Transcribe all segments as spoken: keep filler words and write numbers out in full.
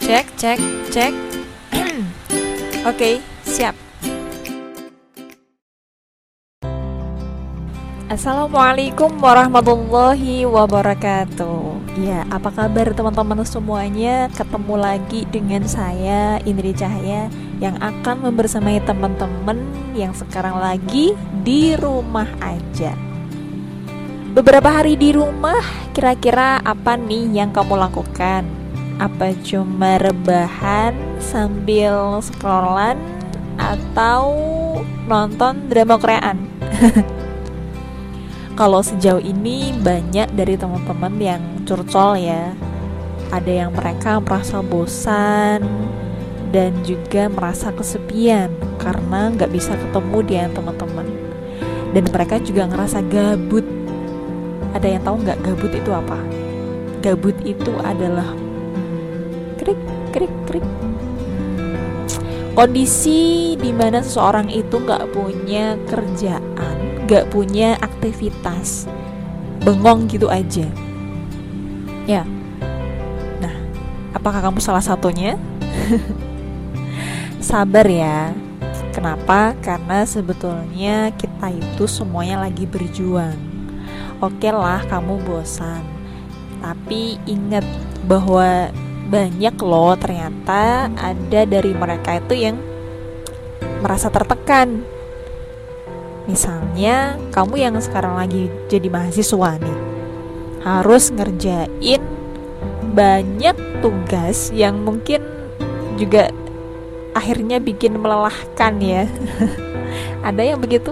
Cek, cek, cek. Oke, siap. Assalamualaikum warahmatullahi wabarakatuh. Ya, apa kabar teman-teman semuanya? Ketemu lagi dengan saya, Indri Cahaya, yang akan membersamai teman-teman yang sekarang lagi di rumah aja. Beberapa hari di rumah, kira-kira apa nih yang kamu lakukan? Apa cuma rebahan sambil scrollan atau nonton drama Koreaan? Kalau sejauh ini banyak dari teman-teman yang curcol ya. Ada yang mereka merasa bosan dan juga merasa kesepian karena nggak bisa ketemu dengan teman-teman. Dan mereka juga ngerasa gabut. Ada yang tahu nggak gabut itu apa? Gabut itu adalah krik krik krik kondisi di mana seseorang itu nggak punya kerjaan, nggak punya aktivitas, bengong gitu aja. Ya, nah, apakah kamu salah satunya? Sabar ya. Kenapa? Karena sebetulnya kita itu semuanya lagi berjuang. Oke lah, kamu bosan, tapi ingat bahwa banyak loh ternyata ada dari mereka itu yang merasa tertekan. Misalnya kamu yang sekarang lagi jadi mahasiswa nih, harus ngerjain banyak tugas yang mungkin juga akhirnya bikin melelahkan ya. Ada yang begitu?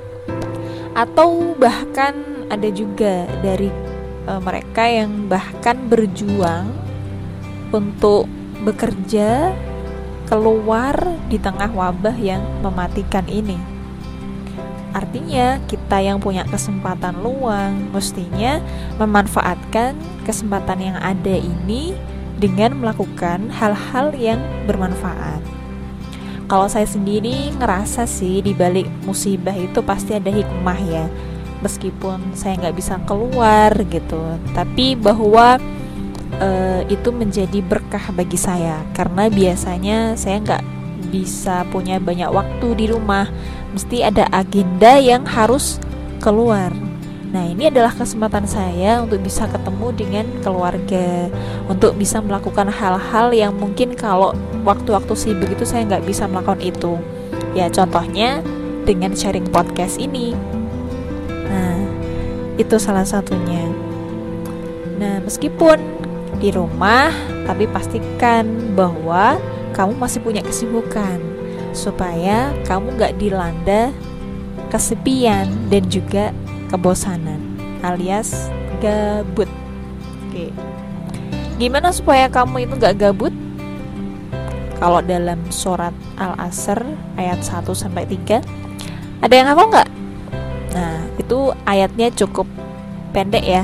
Atau bahkan ada juga dari e, mereka yang bahkan berjuang untuk bekerja keluar di tengah wabah yang mematikan ini. Artinya kita yang punya kesempatan luang mestinya memanfaatkan kesempatan yang ada ini dengan melakukan hal-hal yang bermanfaat. Kalau saya sendiri ngerasa sih di balik musibah itu pasti ada hikmah ya. Meskipun saya nggak bisa keluar gitu, tapi bahwa Uh, itu menjadi berkah bagi saya karena biasanya saya nggak bisa punya banyak waktu di rumah, mesti ada agenda yang harus keluar. Nah, ini adalah kesempatan saya untuk bisa ketemu dengan keluarga, untuk bisa melakukan hal-hal yang mungkin kalau waktu-waktu sibuk itu saya nggak bisa melakukan itu. Ya, contohnya dengan sharing podcast ini. Nah, itu salah satunya. Nah, meskipun di rumah, tapi pastikan bahwa kamu masih punya kesibukan supaya kamu gak dilanda kesepian dan juga kebosanan alias gabut. Oke, gimana supaya kamu itu gak gabut? Kalau dalam surat Al-Asr ayat satu sampai tiga, ada yang hafal gak? Nah, itu ayatnya cukup pendek ya.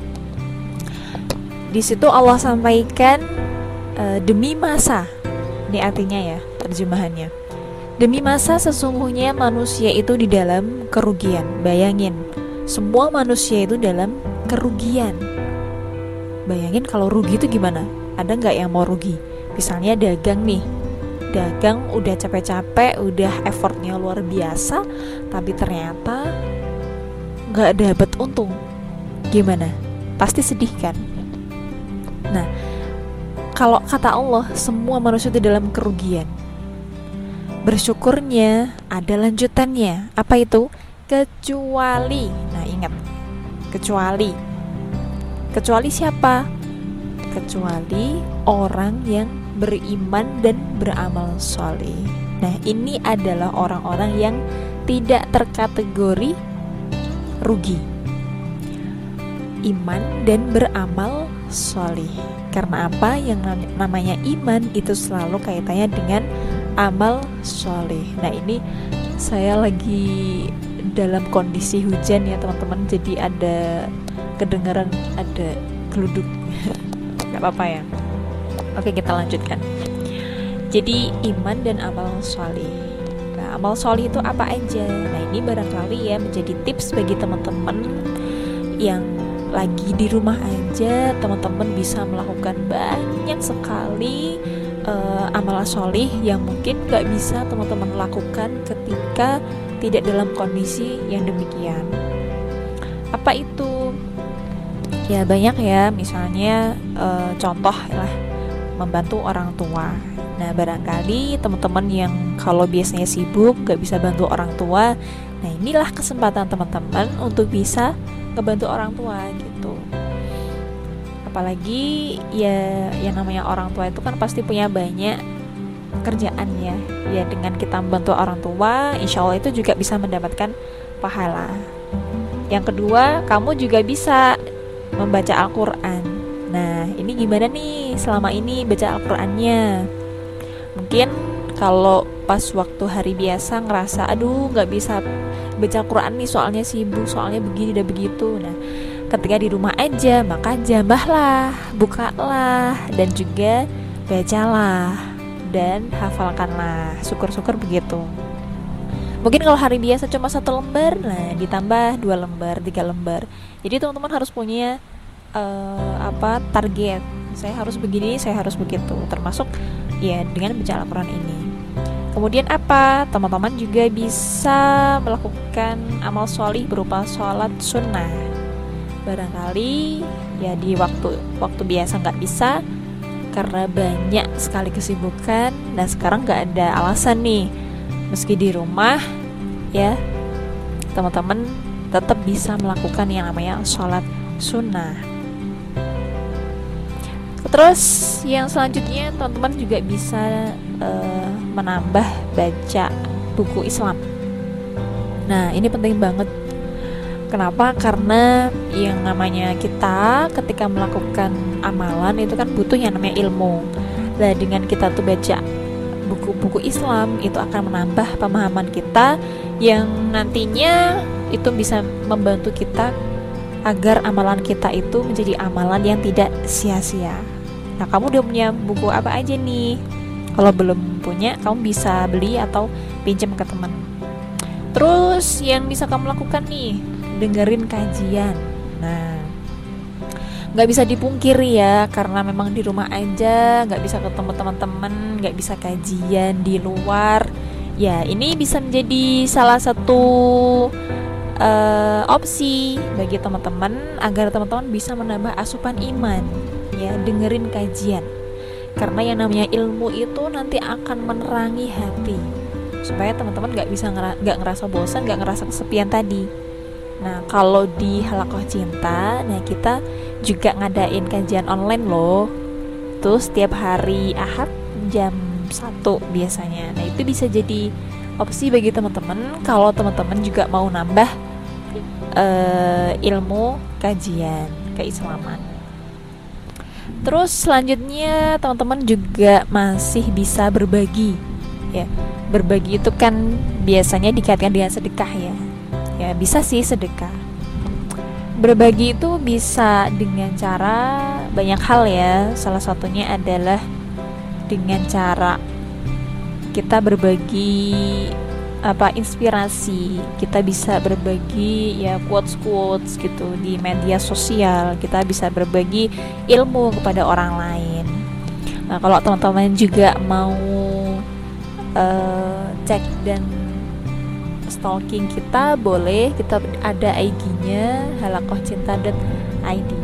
Di situ Allah sampaikan e, demi masa. Ini artinya ya, terjemahannya. Demi masa sesungguhnya manusia itu di dalam kerugian. Bayangin, semua manusia itu dalam kerugian. Bayangin kalau rugi itu gimana? Ada nggak yang mau rugi? Misalnya dagang nih, dagang udah capek-capek, udah effortnya luar biasa, tapi ternyata nggak dapat untung. Gimana? Pasti sedih kan? Nah, kalau kata Allah, semua manusia itu dalam kerugian. Bersyukurnya ada lanjutannya. Apa itu? Kecuali. Nah, ingat. Kecuali. Kecuali siapa? Kecuali orang yang beriman dan beramal sholih. Nah, ini adalah orang-orang yang tidak terkategori rugi. Iman dan beramal sholih. Karena apa? Yang namanya iman itu selalu kaitannya dengan amal sholih. Nah, ini saya lagi dalam kondisi hujan ya teman-teman, jadi ada kedengaran ada geluduk. Gak apa-apa ya. Oke, kita lanjutkan. Jadi iman dan amal sholih. Nah, amal sholih itu apa aja? Nah, ini barangkali ya menjadi tips bagi teman-teman yang lagi di rumah aja, teman-teman bisa melakukan banyak sekali uh, amalan sholih yang mungkin gak bisa teman-teman lakukan ketika tidak dalam kondisi yang demikian. Apa itu? Ya banyak ya, misalnya uh, contoh lah, membantu orang tua. Nah barangkali teman-teman yang kalau biasanya sibuk gak bisa bantu orang tua, nah inilah kesempatan teman-teman untuk bisa ngebantu orang tua gitu. Apalagi ya yang namanya orang tua itu kan pasti punya banyak kerjaan ya. Ya dengan kita membantu orang tua, insya Allah itu juga bisa mendapatkan pahala. Yang kedua, kamu juga bisa membaca Al-Quran. Nah ini gimana nih selama ini baca Al-Qurannya? Mungkin kalau pas waktu hari biasa ngerasa aduh gak bisa baca Al-Quran nih, soalnya sibuk, soalnya begini dan begitu. Nah ketika di rumah aja, maka jambahlah, bukalah, dan juga bacalah dan hafalkanlah. Syukur-syukur begitu. Mungkin kalau hari biasa cuma satu lembar, nah ditambah dua lembar, tiga lembar. Jadi teman-teman harus punya uh, apa target. Saya harus begini, saya harus begitu. Termasuk ya dengan baca Al-Quran ini. Kemudian apa? Teman-teman juga bisa melakukan amal sholih berupa sholat sunnah. Barangkali ya di waktu waktu biasa nggak bisa karena banyak sekali kesibukan. Nah sekarang nggak ada alasan nih, meski di rumah ya teman-teman tetap bisa melakukan yang namanya sholat sunnah. Terus yang selanjutnya teman-teman juga bisa uh, menambah baca buku Islam. Nah ini penting banget. Kenapa? Karena yang namanya kita ketika melakukan amalan itu kan butuh yang namanya ilmu. Nah dengan kita tuh baca buku-buku Islam itu akan menambah pemahaman kita yang nantinya itu bisa membantu kita agar amalan kita itu menjadi amalan yang tidak sia-sia. Nah kamu udah punya buku apa aja nih? Kalau belum punya, kamu bisa beli atau pinjam ke teman. Terus yang bisa kamu lakukan nih, dengerin kajian. Nah gak bisa dipungkiri ya, karena memang di rumah aja, gak bisa ketemu teman-teman, gak bisa kajian di luar. Ya ini bisa menjadi salah satu uh, opsi bagi teman-teman agar teman-teman bisa menambah asupan iman. Ya dengerin kajian, karena yang namanya ilmu itu nanti akan menerangi hati, supaya teman-teman gak bisa ngera- gak ngerasa bosan, gak ngerasa kesepian tadi. Nah kalau di Halaqah Cinta, nah kita juga ngadain kajian online loh. Tuh setiap hari Ahad jam satu biasanya. Nah itu bisa jadi opsi bagi teman-teman kalau teman-teman juga mau nambah uh, ilmu kajian keislaman. Terus selanjutnya teman-teman juga masih bisa berbagi. Ya, berbagi itu kan biasanya dikaitkan dengan sedekah ya. Ya bisa sih sedekah. Berbagi itu bisa dengan cara banyak hal ya. Salah satunya adalah dengan cara kita berbagi apa inspirasi. Kita bisa berbagi ya quotes-quotes gitu di media sosial. Kita bisa berbagi ilmu kepada orang lain. Nah, kalau teman-teman juga mau uh, cek dan stalking kita, boleh, kita ada I G-nya halaqah cinta dot I D.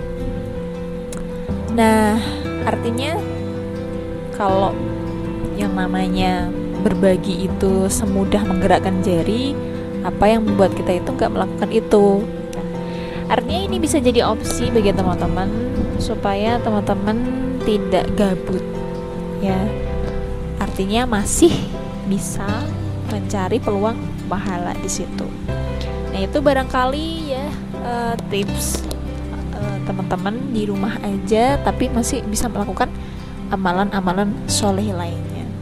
Nah, artinya kalau yang namanya berbagi itu semudah menggerakkan jari, apa yang membuat kita itu nggak melakukan itu? Artinya ini bisa jadi opsi bagi teman-teman supaya teman-teman tidak gabut, ya. Artinya masih bisa mencari peluang pahala di situ. Nah itu barangkali ya uh, tips uh, teman-teman di rumah aja, tapi masih bisa melakukan amalan-amalan soleh lainnya.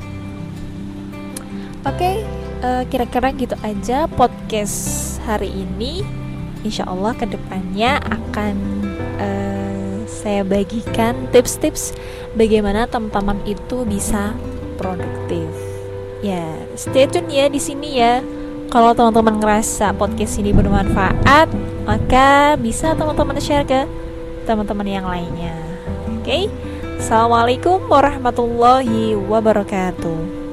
Oke, okay, uh, kira-kira gitu aja podcast hari ini. Insya Allah kedepannya akan uh, saya bagikan tips-tips bagaimana teman-teman itu bisa produktif. Ya, stay tune ya di sini ya Kalau teman-teman ngerasa podcast ini bermanfaat, maka bisa teman-teman share ke teman-teman yang lainnya. Oke, okay? Assalamualaikum warahmatullahi wabarakatuh.